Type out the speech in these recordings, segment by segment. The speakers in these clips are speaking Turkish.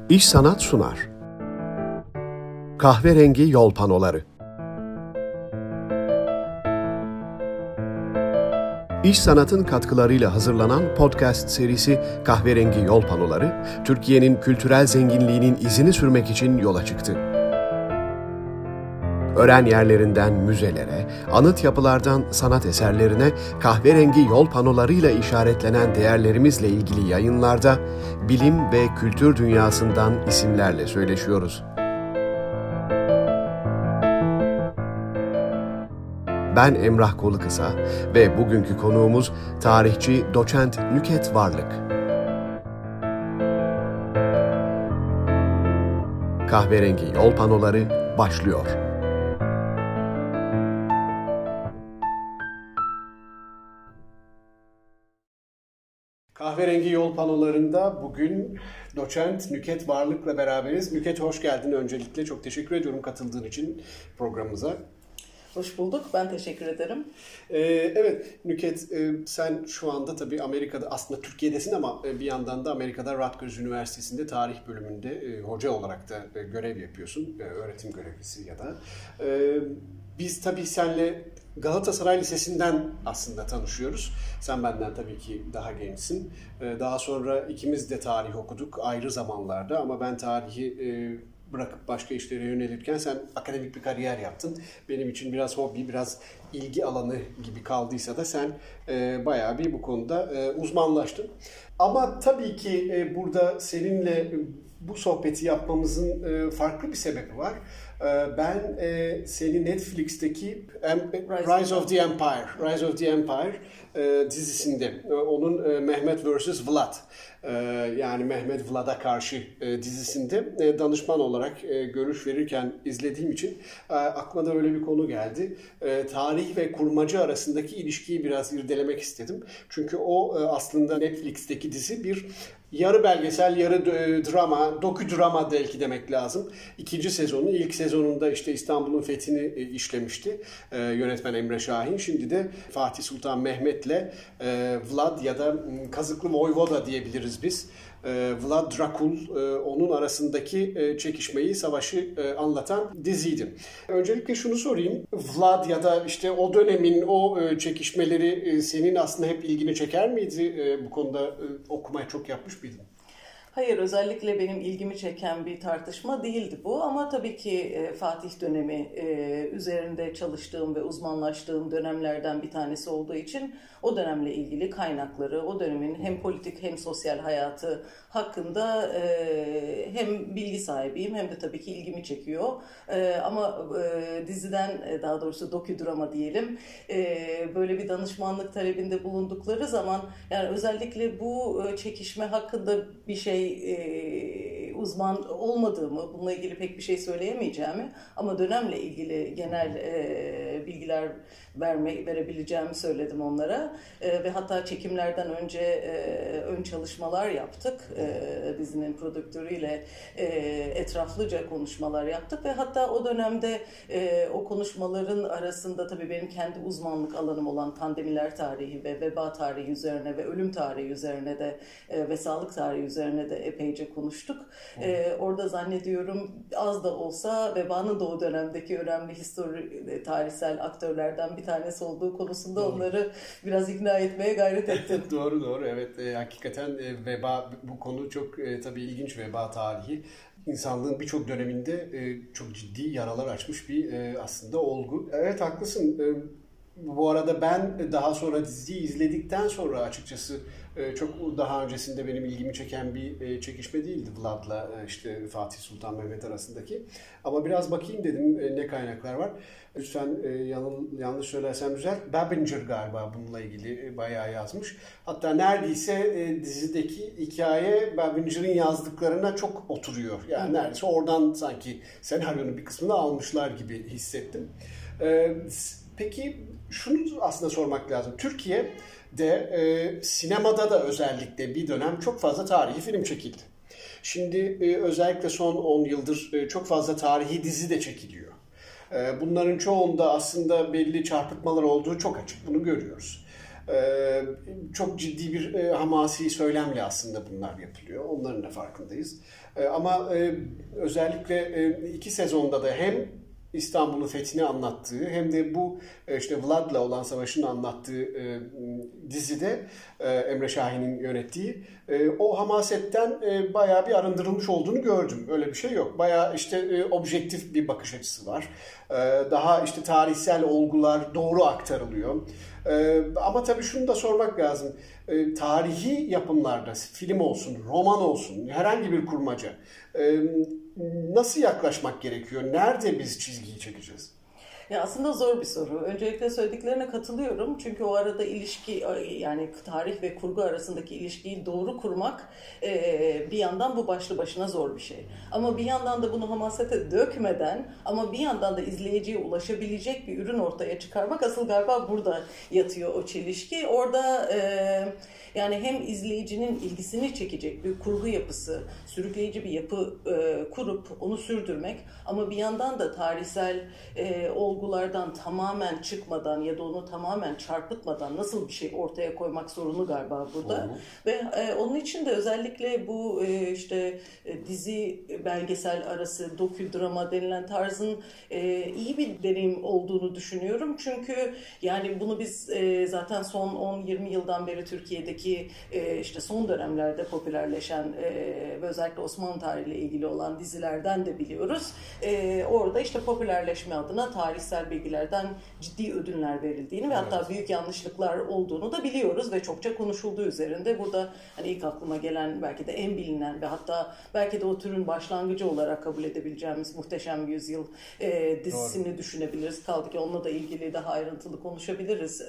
İş Sanat sunar. Kahverengi Yol Panoları. İş Sanat'ın katkılarıyla hazırlanan podcast serisi Kahverengi Yol Panoları, Türkiye'nin kültürel zenginliğinin izini sürmek için yola çıktı. Ören yerlerinden müzelere, anıt yapılardan sanat eserlerine kahverengi yol panolarıyla işaretlenen değerlerimizle ilgili yayınlarda bilim ve kültür dünyasından isimlerle söyleşiyoruz. Ben Emrah Kolukısa ve bugünkü konuğumuz tarihçi Doçent Nüket Varlık. Kahverengi Yol Panoları başlıyor. Kahverengi Yol Panolarında bugün Doçent Nüket Varlık'la beraberiz. Nüket, hoş geldin öncelikle. Çok teşekkür ediyorum katıldığın için programımıza. Hoş bulduk. Ben teşekkür ederim. Evet Nüket, sen şu anda tabii Amerika'da, aslında Türkiye'desin ama bir yandan da Amerika'da Rutgers Üniversitesi'nde tarih bölümünde hoca olarak da görev yapıyorsun. Öğretim görevlisi ya da. Biz tabii seninle Galatasaray Lisesi'nden aslında tanışıyoruz. Sen benden tabii ki daha gençsin. Daha sonra ikimiz de tarih okuduk ayrı zamanlarda ama ben tarihi bırakıp başka işlere yönelirken sen akademik bir kariyer yaptın. Benim için biraz hobi, biraz ilgi alanı gibi kaldıysa da sen bayağı bir bu konuda uzmanlaştın. Ama tabii ki burada seninle bu sohbeti yapmamızın farklı bir sebebi var. Ben seni Netflix'teki Rise of the Empire dizisinde, onun Mehmet vs. Vlad, yani Mehmet Vlad'a karşı dizisinde danışman olarak görüş verirken izlediğim için aklıma da öyle bir konu geldi. Tarih ve kurmacı arasındaki ilişkiyi biraz irdelemek istedim. Çünkü o aslında Netflix'teki dizi bir yarı belgesel, yarı drama, doküdrama belki demek lazım. İkinci sezonu, ilk sezonunda işte İstanbul'un fethini işlemişti yönetmen Emre Şahin. Şimdi de Fatih Sultan Mehmet'le Vlad ya da Kazıklı Voyvoda diyebiliriz biz. Vlad Drakul, onun arasındaki çekişmeyi, savaşı anlatan diziydi. Öncelikle şunu sorayım. Vlad ya da işte o dönemin o çekişmeleri senin aslında hep ilgini çeker miydi? Bu konuda okumayı çok yapmış mıydın? Hayır, özellikle benim ilgimi çeken bir tartışma değildi bu ama tabii ki Fatih dönemi üzerinde çalıştığım ve uzmanlaştığım dönemlerden bir tanesi olduğu için o dönemle ilgili kaynakları, o dönemin hem politik hem sosyal hayatı hakkında hem bilgi sahibiyim hem de tabii ki ilgimi çekiyor. Ama diziden, daha doğrusu doküdrama diyelim, böyle bir danışmanlık talebinde bulundukları zaman, yani özellikle bu çekişme hakkında bir şey uzman olmadığımı, bununla ilgili pek bir şey söyleyemeyeceğimi ama dönemle ilgili genel bilgiler verebileceğimi söyledim onlara. Ve hatta çekimlerden önce ön çalışmalar yaptık. Dizinin prodüktörüyle etraflıca konuşmalar yaptık ve hatta o dönemde o konuşmaların arasında tabii benim kendi uzmanlık alanım olan pandemiler tarihi ve veba tarihi üzerine ve ölüm tarihi üzerine de ve sağlık tarihi üzerine de epeyce konuştuk. Orada zannediyorum az da olsa vebanın da o dönemdeki önemli tarihsel aktörlerden bir tanesi olduğu konusunda onları biraz ikna etmeye gayret ettim. Doğru evet, hakikaten veba, bu konu çok tabii ilginç, veba tarihi. İnsanlığın birçok döneminde çok ciddi yaralar açmış bir aslında olgu. Evet, haklısın. Bu arada ben daha sonra diziyi izledikten sonra açıkçası çok daha öncesinde benim ilgimi çeken bir çekişme değildi Vlad'la işte Fatih Sultan Mehmet arasındaki. Ama biraz bakayım dedim ne kaynaklar var. Lütfen yanlış söylersem düzelt. Babinger galiba bununla ilgili bayağı yazmış. Hatta neredeyse dizideki hikaye Babinger'in yazdıklarına çok oturuyor. Yani neredeyse oradan sanki senaryonun bir kısmını almışlar gibi hissettim. Peki şunu aslında sormak lazım. Türkiye'de sinemada da özellikle bir dönem çok fazla tarihi film çekildi. Şimdi özellikle son 10 yıldır çok fazla tarihi dizi de çekiliyor. Bunların çoğunda aslında belli çarpıtmalar olduğu çok açık. Bunu görüyoruz. Çok ciddi bir hamasi söylemle aslında bunlar yapılıyor. Onların da farkındayız. Ama özellikle 2 sezonda da hem İstanbul'un fethini anlattığı hem de bu işte Vlad'la olan savaşını anlattığı dizide Emre Şahin'in yönettiği o hamasetten bayağı bir arındırılmış olduğunu gördüm. Öyle bir şey yok. Bayağı işte objektif bir bakış açısı var. Daha işte tarihsel olgular doğru aktarılıyor. Ama tabii şunu da sormak lazım. Tarihi yapımlarda film olsun, roman olsun, herhangi bir kurmaca nasıl yaklaşmak gerekiyor? Nerede biz çizgiyi çekeceğiz? Ya aslında zor bir soru. Öncelikle söylediklerine katılıyorum. Çünkü o arada ilişki, yani tarih ve kurgu arasındaki ilişkiyi doğru kurmak bir yandan bu başlı başına zor bir şey. Ama bir yandan da bunu hamasete dökmeden ama bir yandan da izleyiciye ulaşabilecek bir ürün ortaya çıkarmak asıl galiba burada yatıyor o çelişki. Orada yani hem izleyicinin ilgisini çekecek bir kurgu yapısı, sürükleyici bir yapı kurup onu sürdürmek ama bir yandan da tarihsel olgulardan tamamen çıkmadan ya da onu tamamen çarpıtmadan nasıl bir şey ortaya koymak sorunu galiba burada. Ve onun için de özellikle bu işte dizi belgesel arası doküdrama denilen tarzın iyi bir deneyim olduğunu düşünüyorum. Çünkü yani bunu biz zaten son 10-20 yıldan beri Türkiye'deki işte son dönemlerde popülerleşen ve özellikle Osmanlı tarihiyle ilgili olan dizilerden de biliyoruz. Orada işte popülerleşme adına tarihsel bilgilerden ciddi ödünler verildiğini ve hatta büyük yanlışlıklar olduğunu da biliyoruz ve çokça konuşulduğu üzerinde. Burada hani ilk aklıma gelen belki de en bilinen ve hatta belki de o türün başlangıcı olarak kabul edebileceğimiz Muhteşem Yüzyıl dizisini düşünebiliriz. Kaldı ki onunla da ilgili daha ayrıntılı konuşabiliriz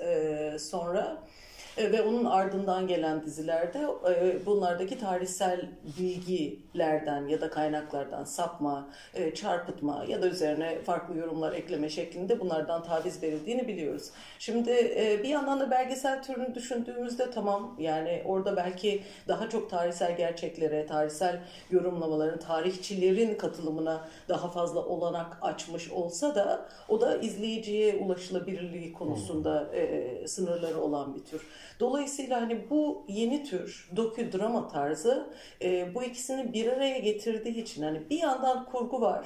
sonra. Ve onun ardından gelen dizilerde bunlardaki tarihsel bilgilerden ya da kaynaklardan sapma, çarpıtma ya da üzerine farklı yorumlar ekleme şeklinde bunlardan taviz verildiğini biliyoruz. Şimdi bir yandan da belgesel türünü düşündüğümüzde tamam, yani orada belki daha çok tarihsel gerçeklere, tarihsel yorumlamaların, tarihçilerin katılımına daha fazla olanak açmış olsa da o da izleyiciye ulaşılabilirliği konusunda sınırları olan bir tür. Dolayısıyla hani bu yeni tür doküdrama tarzı bu ikisini bir araya getirdiği için hani bir yandan kurgu var,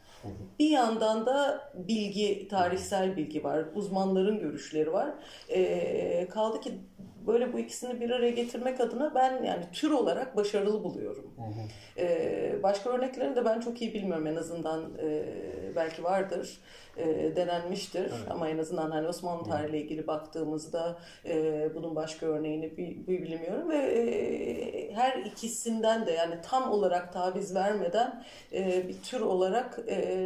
bir yandan da bilgi, tarihsel bilgi var, uzmanların görüşleri var. Kaldı ki böyle bu ikisini bir araya getirmek adına ben yani tür olarak başarılı buluyorum. Başka örneklerini de ben çok iyi bilmiyorum, en azından belki vardır, denenmiştir. Evet. Ama en azından hani Osmanlı tarihiyle ilgili baktığımızda bunun başka örneğini bilmiyorum ve her ikisinden de yani tam olarak taviz vermeden bir tür olarak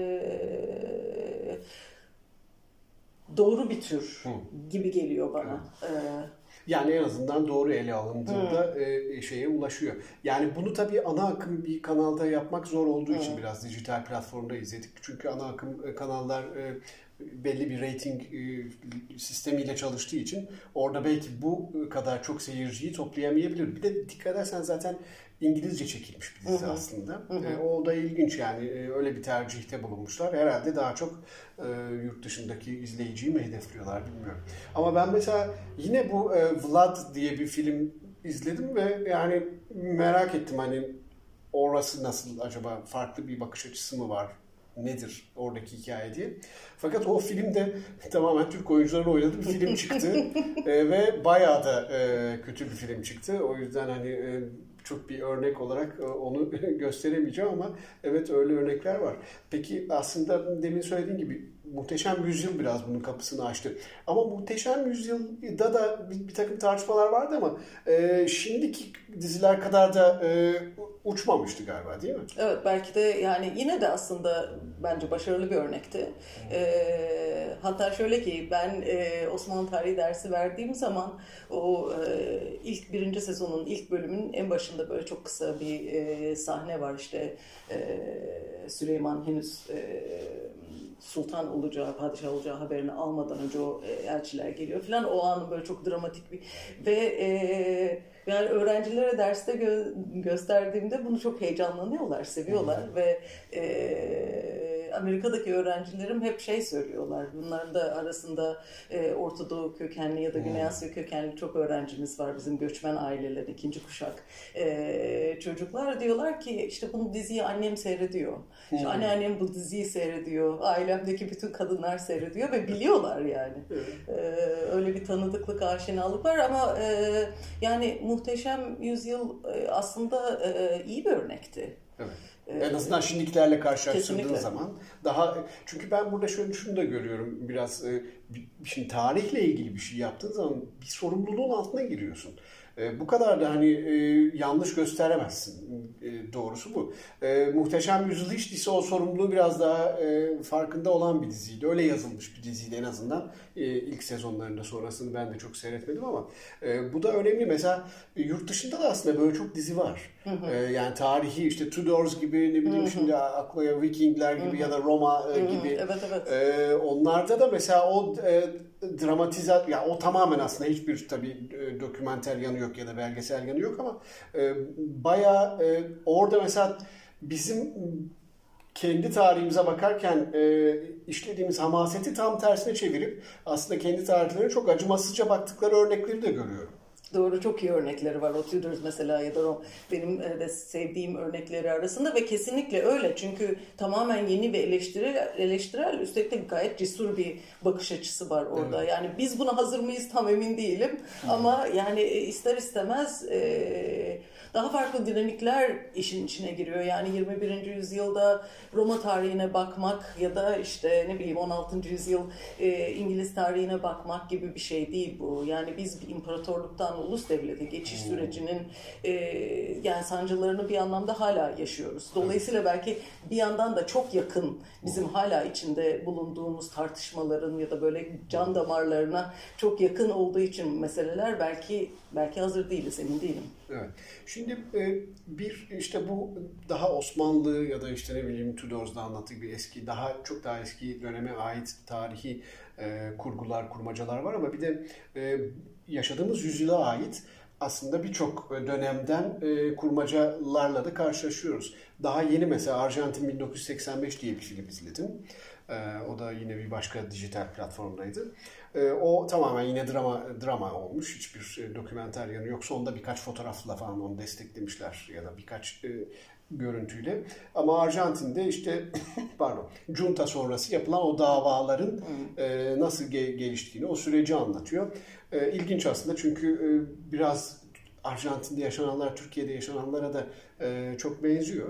doğru bir tür gibi geliyor bana. Yani en azından doğru ele alındığında şeye ulaşıyor. Yani bunu tabii ana akım bir kanalda yapmak zor olduğu için biraz dijital platformda izledik. Çünkü ana akım kanallar belli bir rating sistemiyle çalıştığı için orada belki bu kadar çok seyirciyi toplayamayabilir. Bir de dikkat edersen zaten İngilizce çekilmiş bir dizi aslında. O da ilginç, yani öyle bir tercihte bulunmuşlar. Herhalde daha çok yurt dışındaki izleyiciyi mi hedefliyorlar bilmiyorum. Ama ben mesela yine bu Vlad diye bir film izledim ve yani merak ettim, hani orası nasıl, acaba farklı bir bakış açısı mı var? Nedir oradaki hikaye diye. Fakat o filmde tamamen Türk oyuncuların oynadığı bir film çıktı. Ve bayağı da kötü bir film çıktı. O yüzden hani çok bir örnek olarak onu gösteremeyeceğim ama evet, öyle örnekler var. Peki aslında demin söylediğin gibi Muhteşem Yüzyıl biraz bunun kapısını açtı. Ama Muhteşem Yüzyıl'da da bir takım tartışmalar vardı ama şimdiki diziler kadar da uçmamıştı galiba, değil mi? Evet, belki de yani yine de aslında bence başarılı bir örnekti. Hatta şöyle ki ben Osmanlı tarihi dersi verdiğim zaman o ilk 1. sezonun ilk bölümünün en başında böyle çok kısa bir sahne var, işte Süleyman henüz sultan olacağı, padişah olacağı haberini almadan önce o elçiler geliyor falan. O anın böyle çok dramatik bir ve Yani öğrencilere derste gösterdiğimde bunu çok heyecanlanıyorlar, seviyorlar ve Amerika'daki öğrencilerim hep şey söylüyorlar. Bunların da arasında Orta Doğu kökenli ya da Güney Asya kökenli çok öğrencimiz var. Bizim göçmen aileler, ikinci kuşak çocuklar diyorlar ki işte bu diziyi annem seyrediyor. İşte anneannem bu diziyi seyrediyor. Ailemdeki bütün kadınlar seyrediyor ve biliyorlar yani. Öyle bir tanıdıklık, aşinalık var ama yani Muhteşem Yüzyıl aslında iyi bir örnekti. Evet. En azından şimdikilerle karşılaştırdığın zaman daha, çünkü ben burada şunu da görüyorum biraz, şimdi tarihle ilgili bir şey yaptığın zaman bir sorumluluğun altına giriyorsun. Bu kadar da hani yanlış gösteremezsin. Doğrusu bu. Muhteşem Yüzyıl hiç değilse o sorumluluğu biraz daha farkında olan bir diziydi. Öyle yazılmış bir diziydi en azından. İlk sezonlarında, sonrasını ben de çok seyretmedim ama bu da önemli. Mesela yurt dışında da aslında böyle çok dizi var. Yani tarihi işte Tudors gibi, ne bileyim şimdi aklıma Vikingler gibi ya da Roma gibi. Evet. Onlarda da mesela o dramatizasyon, ya o tamamen aslında hiçbir tabii dokümenter yanı yok ya da belgesel yanı yok ama bayağı orada mesela bizim kendi tarihimize bakarken işlediğimiz hamaseti tam tersine çevirip aslında kendi tarihlerine çok acımasızca baktıkları örnekleri de görüyorum. Doğru, çok iyi örnekleri var. O Tudors mesela ya da o benim de sevdiğim örnekleri arasında ve kesinlikle öyle. Çünkü tamamen yeni ve eleştirel üstelik de gayet cesur bir bakış açısı var orada. Evet. Yani biz buna hazır mıyız tam emin değilim. Ama yani ister istemez daha farklı dinamikler işin içine giriyor. Yani 21. yüzyılda Roma tarihine bakmak ya da işte ne bileyim 16. yüzyıl İngiliz tarihine bakmak gibi bir şey değil bu. Yani biz bir imparatorluktan ulus devlete geçiş sürecinin yani sancılarını bir anlamda hala yaşıyoruz. Dolayısıyla belki bir yandan da çok yakın bizim hala içinde bulunduğumuz tartışmaların ya da böyle can damarlarına çok yakın olduğu için meseleler belki hazır değiliz, emin değilim. Evet. Şimdi bir işte bu daha Osmanlı ya da işte ne bileyim Tudors'da anlattığı bir eski, çok daha eski döneme ait tarihi kurgular, kurmacalar var ama bir de yaşadığımız yüzyıla ait aslında birçok dönemden kurmacalarla da karşılaşıyoruz. Daha yeni mesela Arjantin 1985 diye bir film izledim. O da yine bir başka dijital platformdaydı. O tamamen yine drama olmuş. Hiçbir dokümenter yanı yok. Sonunda birkaç fotoğrafla falan onu desteklemişler ya da birkaç görüntüyle. Ama Arjantin'de işte junta sonrası yapılan o davaların nasıl geliştiğini, o süreci anlatıyor. İlginç aslında çünkü biraz Arjantin'de yaşananlar Türkiye'de yaşananlara da çok benziyor.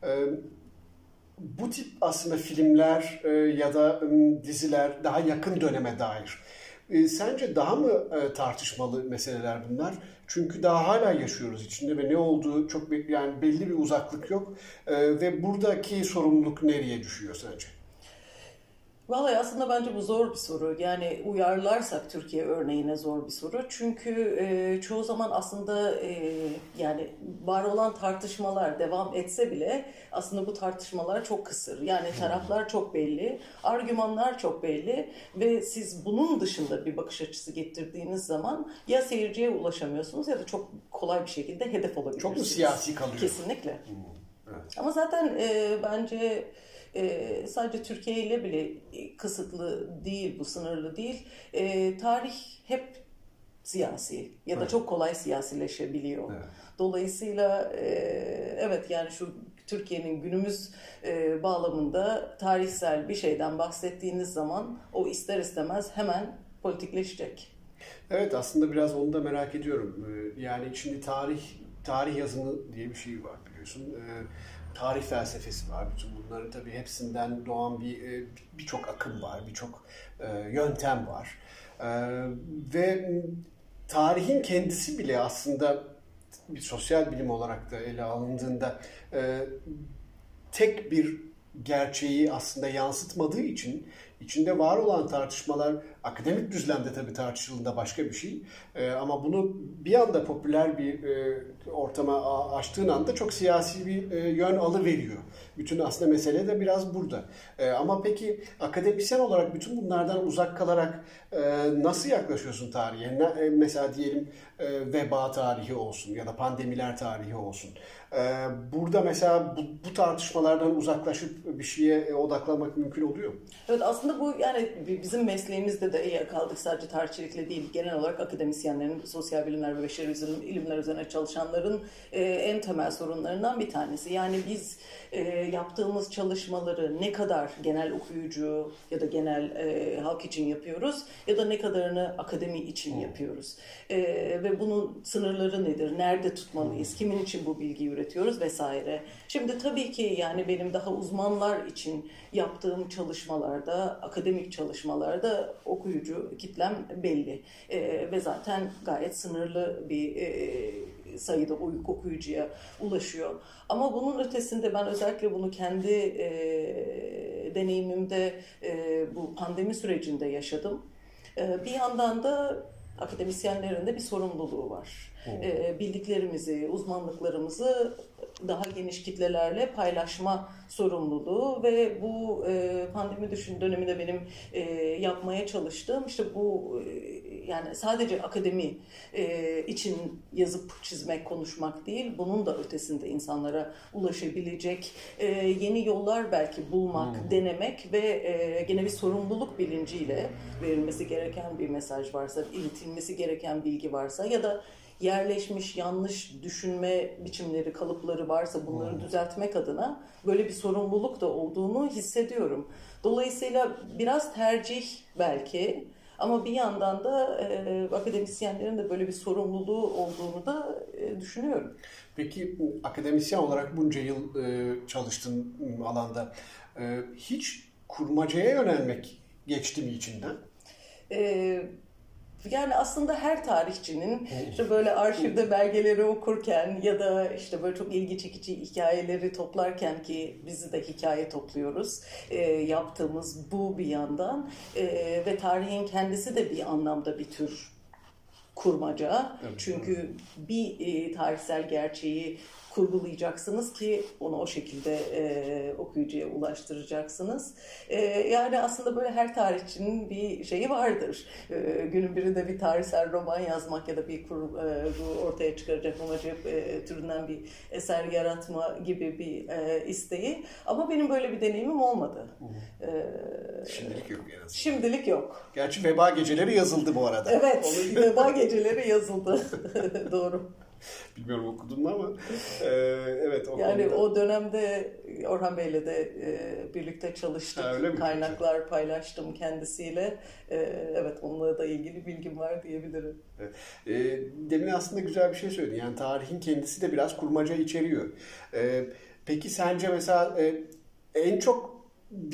Bu tip aslında filmler ya da diziler daha yakın döneme dair. Sence daha mı tartışmalı meseleler bunlar? Çünkü daha hala yaşıyoruz içinde ve ne olduğu çok yani belli bir uzaklık yok. Ve buradaki sorumluluk nereye düşüyor sence? Vallahi aslında bence bu zor bir soru. Yani uyarlarsak Türkiye örneğine zor bir soru. Çünkü çoğu zaman aslında yani var olan tartışmalar devam etse bile aslında bu tartışmalar çok kısır. Yani taraflar çok belli, argümanlar çok belli ve siz bunun dışında bir bakış açısı getirdiğiniz zaman ya seyirciye ulaşamıyorsunuz ya da çok kolay bir şekilde hedef olabilirsiniz. Çok mu siyasi kalıyor? Kesinlikle. Evet. Ama zaten bence sadece Türkiye ile bile kısıtlı değil, bu sınırlı değil. Tarih hep siyasi ya da çok kolay siyasileşebiliyor. Evet. Dolayısıyla evet yani şu Türkiye'nin günümüz bağlamında tarihsel bir şeyden bahsettiğiniz zaman o ister istemez hemen politikleşecek. Evet, aslında biraz onu da merak ediyorum. Yani şimdi tarih yazımı diye bir şey var biliyorsun. Tarih felsefesi var. Bütün bunların tabii hepsinden doğan birçok akım var, birçok yöntem var. Ve tarihin kendisi bile aslında bir sosyal bilim olarak da ele alındığında tek bir gerçeği aslında yansıtmadığı için içinde var olan tartışmalar akademik düzlemde tabii tartışıldığında başka bir şey. Ama bunu bir anda popüler bir ortama açtığın anda çok siyasi bir yön alıveriyor. Bütün aslında mesele de biraz burada. Ama peki akademisyen olarak bütün bunlardan uzak kalarak nasıl yaklaşıyorsun tarihe? Mesela diyelim veba tarihi olsun ya da pandemiler tarihi olsun. Burada mesela bu tartışmalardan uzaklaşıp bir şeye odaklanmak mümkün oluyor mu? Evet, aslında bu yani bizim mesleğimizde de kaldık, sadece tarihçilikle değil, genel olarak akademisyenlerin, sosyal bilimler ve beşeri ilimler üzerine çalışanların en temel sorunlarından bir tanesi. Yani biz yaptığımız çalışmaları ne kadar genel okuyucu ya da genel halk için yapıyoruz ya da ne kadarını akademi için yapıyoruz. Ve bunun sınırları nedir? Nerede tutmalıyız? Kimin için bu bilgiyi üretiyoruz vesaire. Şimdi tabii ki yani benim daha uzmanlar için yaptığım çalışmalarda, akademik çalışmalarda okuyucu kitlem belli. Ve zaten gayet sınırlı bir sayıda okuyucuya ulaşıyor. Ama bunun ötesinde ben özellikle bunu kendi deneyimimde bu pandemi sürecinde yaşadım. Bir yandan da akademisyenlerin de bir sorumluluğu var. Bildiklerimizi, uzmanlıklarımızı daha geniş kitlelerle paylaşma sorumluluğu ve bu pandemi döneminde benim yapmaya çalıştığım işte bu yani sadece akademi için yazıp çizmek, konuşmak değil, bunun da ötesinde insanlara ulaşabilecek yeni yollar belki bulmak, denemek ve gene bir sorumluluk bilinciyle verilmesi gereken bir mesaj varsa, iletilmesi gereken bilgi varsa ya da yerleşmiş yanlış düşünme biçimleri, kalıpları varsa bunları düzeltmek adına böyle bir sorumluluk da olduğunu hissediyorum. Dolayısıyla biraz tercih belki, ama bir yandan da akademisyenlerin de böyle bir sorumluluğu olduğunu da düşünüyorum. Peki akademisyen olarak bunca yıl çalıştığın alanda hiç kurmacaya yönelmek geçti mi içinden? Yani aslında her tarihçinin işte böyle arşivde belgeleri okurken ya da işte böyle çok ilgi çekici hikayeleri toplarken, ki bizi de hikaye topluyoruz, yaptığımız bu bir yandan ve tarihin kendisi de bir anlamda bir tür kurmaca. Evet, çünkü bir tarihsel gerçeği kurgulayacaksınız ki onu o şekilde okuyucuya ulaştıracaksınız. Yani aslında böyle her tarihçinin bir şeyi vardır. Günün birinde bir tarihsel roman yazmak ya da bir ortaya çıkaracak amacı türünden bir eser yaratma gibi bir isteği. Ama benim böyle bir deneyimim olmadı. Şimdilik yok en azından. Şimdilik yok. Gerçi Veba Geceleri yazıldı bu arada. Evet, Veba Geceleri yazıldı. Doğru. Bilmiyorum okudun mu ama evet. Yani o dönemde Orhan Bey'le de birlikte çalıştık. Kaynaklar paylaştım kendisiyle. Evet, onunla da ilgili bilgim var diyebilirim. Evet. Demin aslında güzel bir şey söyledin. Yani tarihin kendisi de biraz kurmaca içeriyor. Peki sence mesela en çok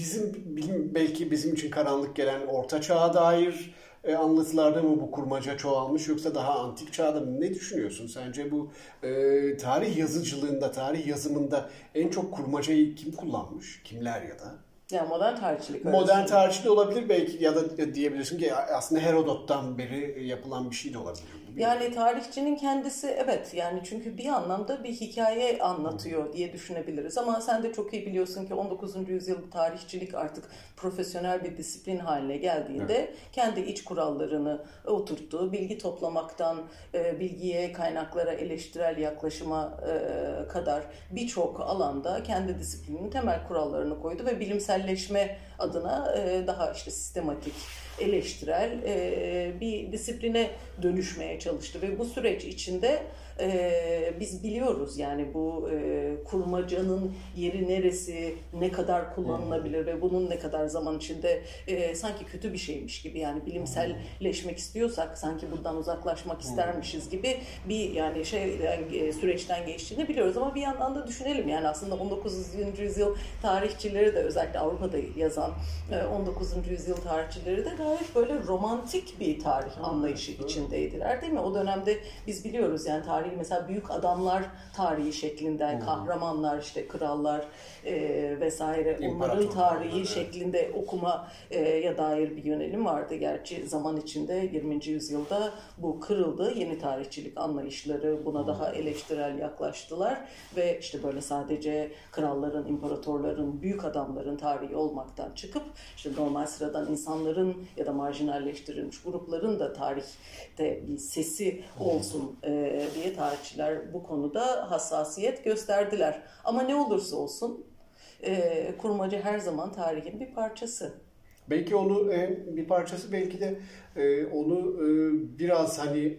belki bizim için karanlık gelen Orta Çağ'a dair anlatılarda mı bu kurmaca çoğalmış, yoksa daha antik çağda mı? Ne düşünüyorsun? Sence bu tarih yazıcılığında, tarih yazımında en çok kurmacayı kim kullanmış? Kimler ya da? Ya modern tarihçilik. Modern tarihçilik de olabilir belki, ya da diyebilirsin ki aslında Herodot'tan beri yapılan bir şey de olabilir. Yani tarihçinin kendisi, evet, yani çünkü bir anlamda bir hikaye anlatıyor diye düşünebiliriz. Ama sen de çok iyi biliyorsun ki 19. yüzyıl tarihçilik artık profesyonel bir disiplin haline geldiğinde kendi iç kurallarını oturttu. Bilgi toplamaktan bilgiye, kaynaklara, eleştirel yaklaşıma kadar birçok alanda kendi disiplininin temel kurallarını koydu ve bilimselleşme adına daha işte sistematik, eleştirel bir disipline dönüşmeye çalıştı ve bu süreç içinde biz biliyoruz yani bu kurmacanın yeri neresi, ne kadar kullanılabilir ve bunun ne kadar zaman içinde sanki kötü bir şeymiş gibi, yani bilimselleşmek istiyorsak sanki buradan uzaklaşmak istermişiz gibi bir yani süreçten geçtiğini biliyoruz. Ama bir yandan da düşünelim, yani aslında 19. yüzyıl tarihçileri de, özellikle Avrupa'da yazan 19. yüzyıl tarihçileri de gayet böyle romantik bir tarih anlayışı içindeydiler, değil mi? O dönemde biz biliyoruz yani tarih tarihi, mesela büyük adamlar tarihi şeklinden, kahramanlar, işte krallar vesaire, onların tarihi şeklinde okumaya dair bir yönelim vardı. Gerçi zaman içinde 20. yüzyılda bu kırıldı. Yeni tarihçilik anlayışları buna daha eleştirel yaklaştılar ve işte böyle sadece kralların, imparatorların, büyük adamların tarihi olmaktan çıkıp işte normal sıradan insanların ya da marjinalleştirilmiş grupların da tarihte bir sesi olsun diye tarihçiler bu konuda hassasiyet gösterdiler. Ama ne olursa olsun kurmaca her zaman tarihin bir parçası. Belki onu bir parçası, belki de onu biraz hani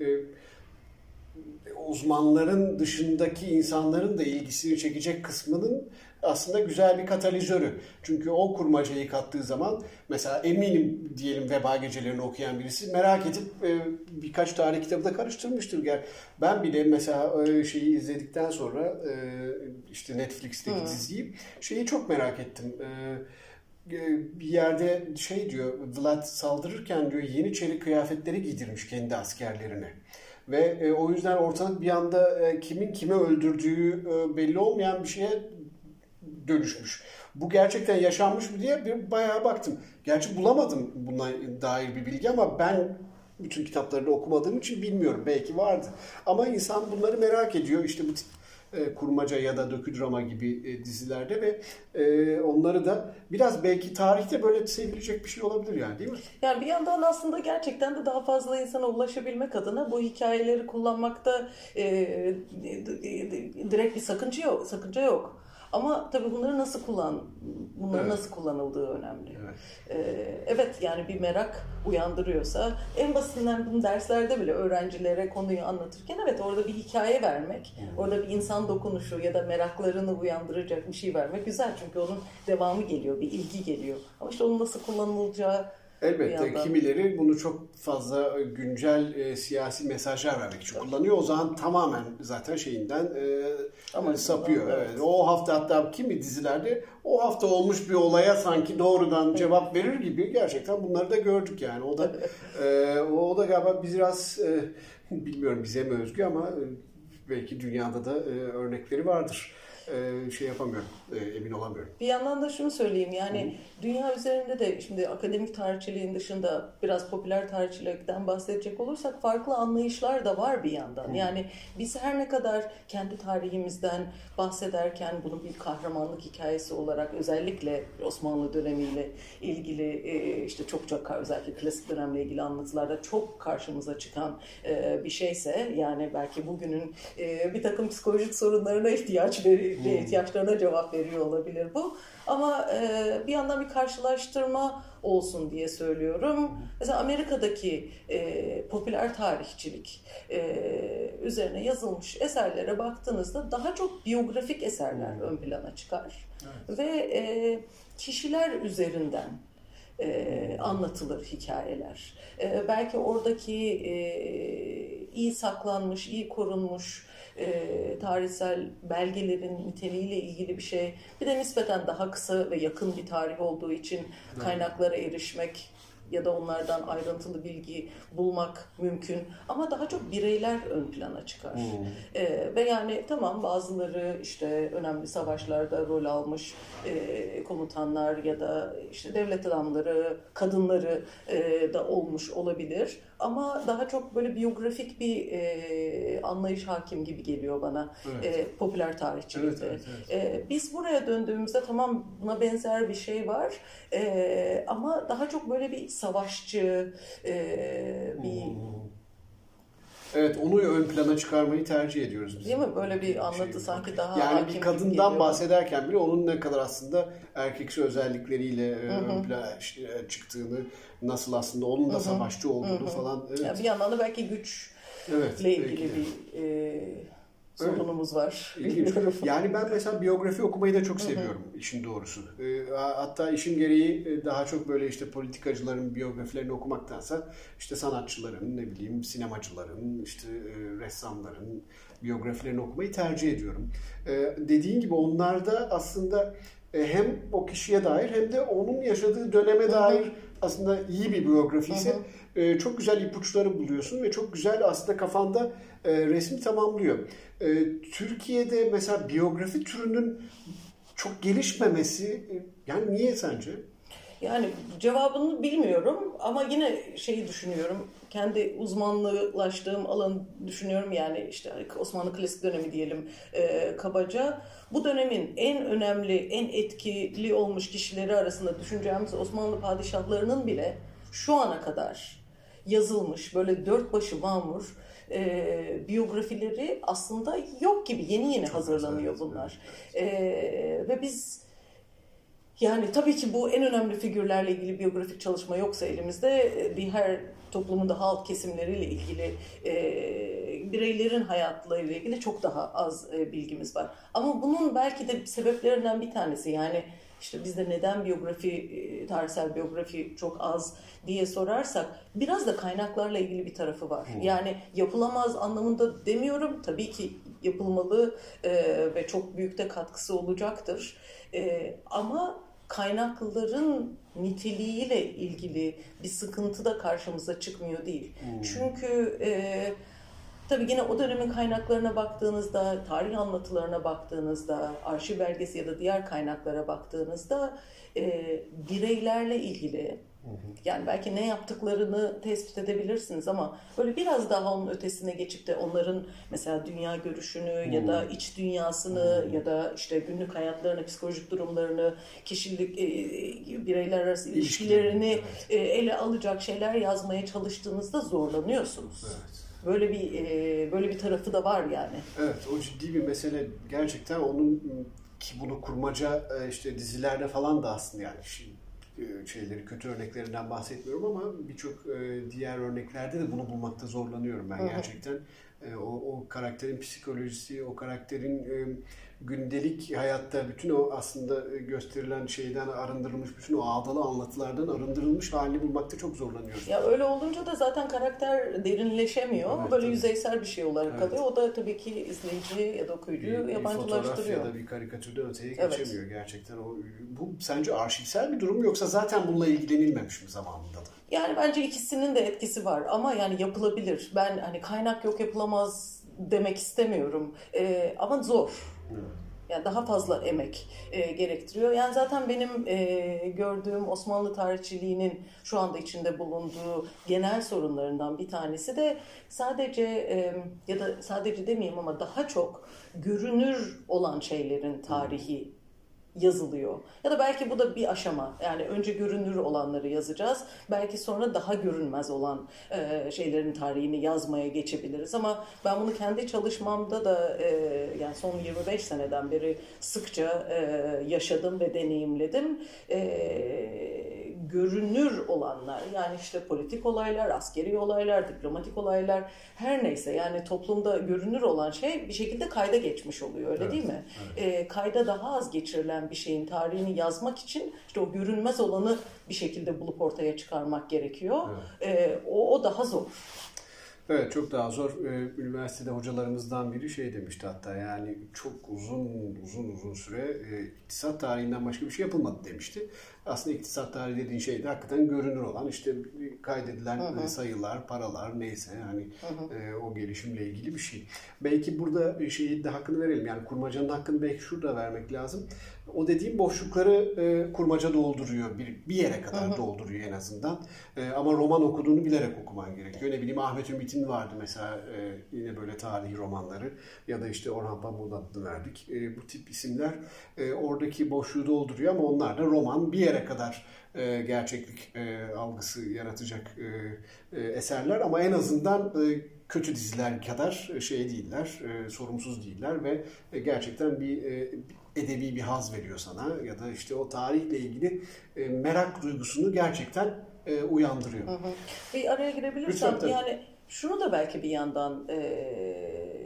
uzmanların dışındaki insanların da ilgisini çekecek kısmının aslında güzel bir katalizörü. Çünkü o kurmacayı kattığı zaman mesela eminim diyelim Veba Gecelerini okuyan birisi merak edip birkaç tarih kitabı da karıştırmıştır. Ben bile mesela şeyi izledikten sonra işte Netflix'teki diziyi şeyi çok merak ettim. Bir yerde şey diyor, Vlad saldırırken diyor yeniçeri kıyafetleri giydirmiş kendi askerlerine. Ve o yüzden ortalık bir anda kimin kime öldürdüğü belli olmayan bir şeye dönüşmüş. Bu gerçekten yaşanmış mı diye bir bayağı baktım. Gerçi bulamadım buna dair bir bilgi ama ben bütün kitaplarını okumadığım için bilmiyorum. Belki vardı. Ama insan bunları merak ediyor. İşte bu tip kurmaca ya da döküdrama gibi dizilerde ve onları da biraz belki tarihte böyle sevilecek bir şey olabilir yani, değil mi? Yani bir yandan aslında gerçekten de daha fazla insana ulaşabilmek adına bu hikayeleri kullanmakta direkt bir sakınca yok. Ama tabii bunları nasıl nasıl kullanıldığı önemli. Evet, yani bir merak uyandırıyorsa, en basitinden bunu derslerde bile öğrencilere konuyu anlatırken evet orada bir hikaye vermek, orada bir insan dokunuşu ya da meraklarını uyandıracak bir şey vermek güzel. Çünkü onun devamı geliyor, bir ilgi geliyor. Ama işte onun nasıl kullanılacağı elbette kimileri bunu çok fazla güncel siyasi mesajlar vermek için kullanıyor. O zaman tamamen zaten şeyinden sapıyor. Evet. O hafta hatta kimi dizilerde o hafta olmuş bir olaya sanki doğrudan cevap verir gibi, gerçekten bunları da gördük yani. O da galiba biraz bilmiyorum bize mi özgü ama belki dünyada da örnekleri vardır. Şey yapamıyorum, emin olamıyorum. Bir yandan da şunu söyleyeyim, yani dünya üzerinde de şimdi akademik tarihçiliğin dışında biraz popüler tarihçilikten bahsedecek olursak farklı anlayışlar da var bir yandan. Yani biz her ne kadar kendi tarihimizden bahsederken bunu bir kahramanlık hikayesi olarak, özellikle Osmanlı dönemiyle ilgili işte çokça özellikle klasik dönemle ilgili anlatılarda çok karşımıza çıkan bir şeyse, yani belki bugünün bir takım psikolojik sorunlarına ihtiyaçlarına cevap veriyor olabilir bu. Ama bir yandan bir karşılaştırma olsun diye söylüyorum. Mesela Amerika'daki popüler tarihçilik üzerine yazılmış eserlere baktığınızda daha çok biyografik eserler ön plana çıkar. Evet. Ve kişiler üzerinden anlatılır hikayeler. Belki oradaki iyi saklanmış, iyi korunmuş tarihsel belgelerin niteliğiyle ilgili bir şey. Bir de nispeten daha kısa ve yakın bir tarih olduğu için kaynaklara erişmek ya da onlardan ayrıntılı bilgi bulmak mümkün. Ama daha çok bireyler ön plana çıkar. Ve yani tamam, bazıları işte önemli savaşlarda rol almış komutanlar ya da işte devlet adamları, kadınları da olmuş olabilir. Ama daha çok böyle biyografik bir anlayış hakim gibi geliyor bana popüler tarihçilikte. Evet. Biz buraya döndüğümüzde tamam, buna benzer bir şey var ama daha çok böyle bir savaşçı bir... Evet, onu ön plana çıkarmayı tercih ediyoruz biz. Değil mi? Böyle bir anlatı sanki daha yani bir kadından bahsederken bile onun ne kadar aslında erkeksi özellikleriyle ön plana çıktığını, nasıl aslında onun da savaşçı olduğunu falan. Evet. Yani bir yandan da belki güçle ilgili bir sorunumuz var. Yani ben mesela biyografi okumayı da çok seviyorum işin doğrusu. Hatta işim gereği daha çok böyle işte politikacıların biyografilerini okumaktansa işte sanatçıların, ne bileyim sinemacıların, işte ressamların biyografilerini okumayı tercih ediyorum. Dediğin gibi onlarda aslında hem o kişiye dair hem de onun yaşadığı döneme dair aslında iyi bir biyografi ise çok güzel ipuçları buluyorsun ve çok güzel aslında kafanda resmi tamamlıyor. Türkiye'de mesela biyografi türünün çok gelişmemesi yani niye sence? Yani cevabını bilmiyorum ama yine şeyi düşünüyorum. Kendi uzmanlaştığım alanı düşünüyorum, yani işte Osmanlı Klasik dönemi diyelim kabaca. Bu dönemin en önemli, en etkili olmuş kişileri arasında düşüneceğimiz Osmanlı padişahlarının bile şu ana kadar yazılmış böyle dört başı mamur biyografileri aslında yok gibi, yeni hazırlanıyor bunlar. Ve biz yani tabii ki bu en önemli figürlerle ilgili biyografik çalışma yoksa elimizde, her toplumun daha alt kesimleriyle ilgili bireylerin hayatlarıyla ilgili çok daha az bilgimiz var. Ama bunun belki de sebeplerinden bir tanesi, yani işte bizde neden biyografi, tarihsel biyografi çok az diye sorarsak biraz da kaynaklarla ilgili bir tarafı var. Yani yapılamaz anlamında demiyorum. Tabii ki yapılmalı ve çok büyük de katkısı olacaktır. Ama kaynakların niteliğiyle ilgili bir sıkıntı da karşımıza çıkmıyor değil. Çünkü tabii yine o dönemin kaynaklarına baktığınızda, tarih anlatılarına baktığınızda, arşiv belgesi ya da diğer kaynaklara baktığınızda bireylerle ilgili, yani belki ne yaptıklarını tespit edebilirsiniz ama böyle biraz daha onun ötesine geçip de onların mesela dünya görüşünü ya da iç dünyasını ya da işte günlük hayatlarını, psikolojik durumlarını, kişilik, bireyler arası ilişkilerini ele alacak şeyler yazmaya çalıştığınızda zorlanıyorsunuz. Evet. Böyle bir tarafı da var yani. Evet, o ciddi bir mesele gerçekten, onun ki bunu kurmaca işte dizilerde falan da aslında, yani şeyleri, kötü örneklerinden bahsetmiyorum ama birçok diğer örneklerde de bunu bulmakta zorlanıyorum ben gerçekten. O karakterin psikolojisi, o karakterin gündelik hayatta bütün o aslında gösterilen şeyden arındırılmış, bütün o ağdalı anlatılardan arındırılmış halini bulmakta çok zorlanıyoruz. Ya öyle olunca da zaten karakter derinleşemiyor. Evet, böyle tabii. Yüzeysel bir şey olarak kalıyor. O da tabii ki izleyici ya da okuyucuyu yabancılaştırıyor. Bir fotoğraf ya da bir karikatürden öteye geçemiyor gerçekten. Bu sence arşivsel bir durum mu, yoksa zaten bununla ilgilenilmemiş mi zamanında da? Yani bence ikisinin de etkisi var ama yani yapılabilir. Ben hani kaynak yok, yapılamaz demek istemiyorum. Ama zor. Yani daha fazla emek gerektiriyor. Yani zaten benim gördüğüm Osmanlı tarihçiliğinin şu anda içinde bulunduğu genel sorunlarından bir tanesi de sadece ya da sadece demeyeyim ama daha çok görünür olan şeylerin tarihi yazılıyor. Ya da belki bu da bir aşama. Yani önce görünür olanları yazacağız. Belki sonra daha görünmez olan şeylerin tarihini yazmaya geçebiliriz. Ama ben bunu kendi çalışmamda da yani son 25 seneden beri sıkça yaşadım ve deneyimledim. Görünür olanlar, yani işte politik olaylar, askeri olaylar, diplomatik olaylar, her neyse, yani toplumda görünür olan şey bir şekilde kayda geçmiş oluyor, öyle değil mi? Evet. Kayda daha az geçirilen bir şeyin tarihini yazmak için işte o görünmez olanı bir şekilde bulup ortaya çıkarmak gerekiyor. Evet. O daha zor. Evet, çok daha zor. Üniversitede hocalarımızdan biri şey demişti hatta, yani çok uzun süre iktisat tarihinden başka bir şey yapılmadı demişti. Aslında iktisat tarihi dediğin şey de hakikaten görünür olan, işte kaydedilen sayılar, paralar, neyse yani o gelişimle ilgili bir şey. Belki burada şeyi de hakkını verelim, yani kurmacanın hakkını belki şurada vermek lazım. O dediğim boşlukları kurmaca dolduruyor, bir yere kadar dolduruyor en azından. Ama roman okuduğunu bilerek okuman gerekiyor. Ne bileyim, Ahmet Ümit'in vardı mesela yine böyle tarihi romanları, ya da işte Orhan Pamuk'un adını verdik. Bu tip isimler oradaki boşluğu dolduruyor ama onlar da roman, bir yere kadar gerçeklik algısı yaratacak eserler ama en azından kötü diziler kadar şey değiller, sorumsuz değiller ve gerçekten bir edebi bir haz veriyor sana, ya da işte o tarihle ilgili merak duygusunu gerçekten uyandırıyor. Bir araya girebilirsem, yani şunu da belki bir yandan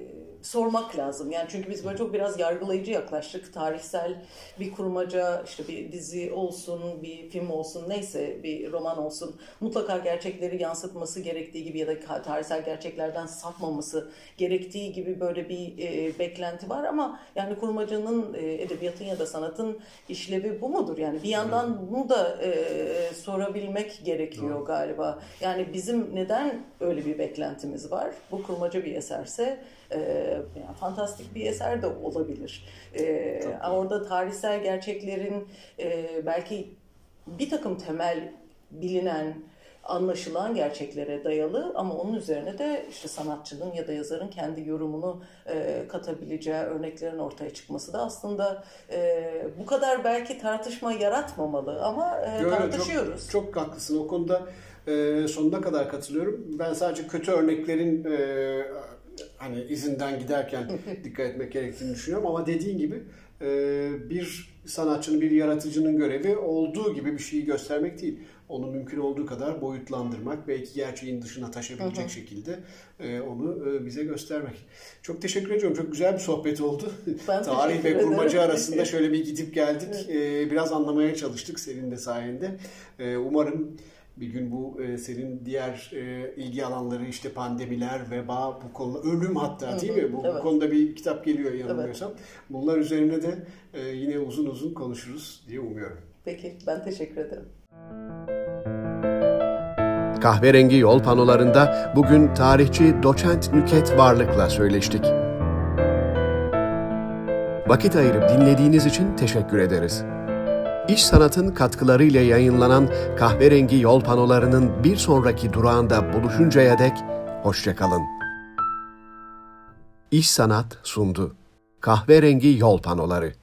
sormak lazım. Yani çünkü biz böyle çok biraz yargılayıcı yaklaştık. Tarihsel bir kurmaca, işte bir dizi olsun, bir film olsun, neyse bir roman olsun. Mutlaka gerçekleri yansıtması gerektiği gibi ya da tarihsel gerçeklerden sapmaması gerektiği gibi böyle bir beklenti var ama yani kurmacanın, edebiyatın ya da sanatın işlevi bu mudur? Yani bir yandan bunu da sorabilmek gerekiyor galiba. Yani bizim neden öyle bir beklentimiz var? Bu kurmaca bir eserse yani fantastik bir eser de olabilir. Orada tarihsel gerçeklerin belki bir takım temel bilinen, anlaşılan gerçeklere dayalı ama onun üzerine de işte sanatçının ya da yazarın kendi yorumunu katabileceği örneklerin ortaya çıkması da aslında bu kadar belki tartışma yaratmamalı ama tartışıyoruz. Çok haklısın o konuda, sonuna kadar katılıyorum. Ben sadece kötü örneklerin hani izinden giderken dikkat etmek gerektiğini düşünüyorum ama dediğin gibi bir sanatçının, bir yaratıcının görevi olduğu gibi bir şeyi göstermek değil. Onu mümkün olduğu kadar boyutlandırmak, belki gerçeğin dışına taşabilecek şekilde onu bize göstermek. Çok teşekkür ediyorum. Çok güzel bir sohbet oldu. Tarih ve kurmaca arasında şöyle bir gidip geldik. Biraz anlamaya çalıştık senin de sayende. Umarım bir gün bu senin diğer ilgi alanları, işte pandemiler, veba, bu konuda ölüm hatta değil mi? Bu konuda bir kitap geliyor yanılmıyorsam. Bunlar üzerine de yine uzun uzun konuşuruz diye umuyorum. Peki, ben teşekkür ederim. Kahverengi yol panolarında bugün tarihçi Doçent Nüket Varlık'la söyleştik. Vakit ayırıp dinlediğiniz için teşekkür ederiz. İş Sanat'ın katkılarıyla yayınlanan Kahverengi Yol Panolarının bir sonraki durağında buluşuncaya dek hoşça kalın. İş Sanat sundu. Kahverengi Yol Panoları.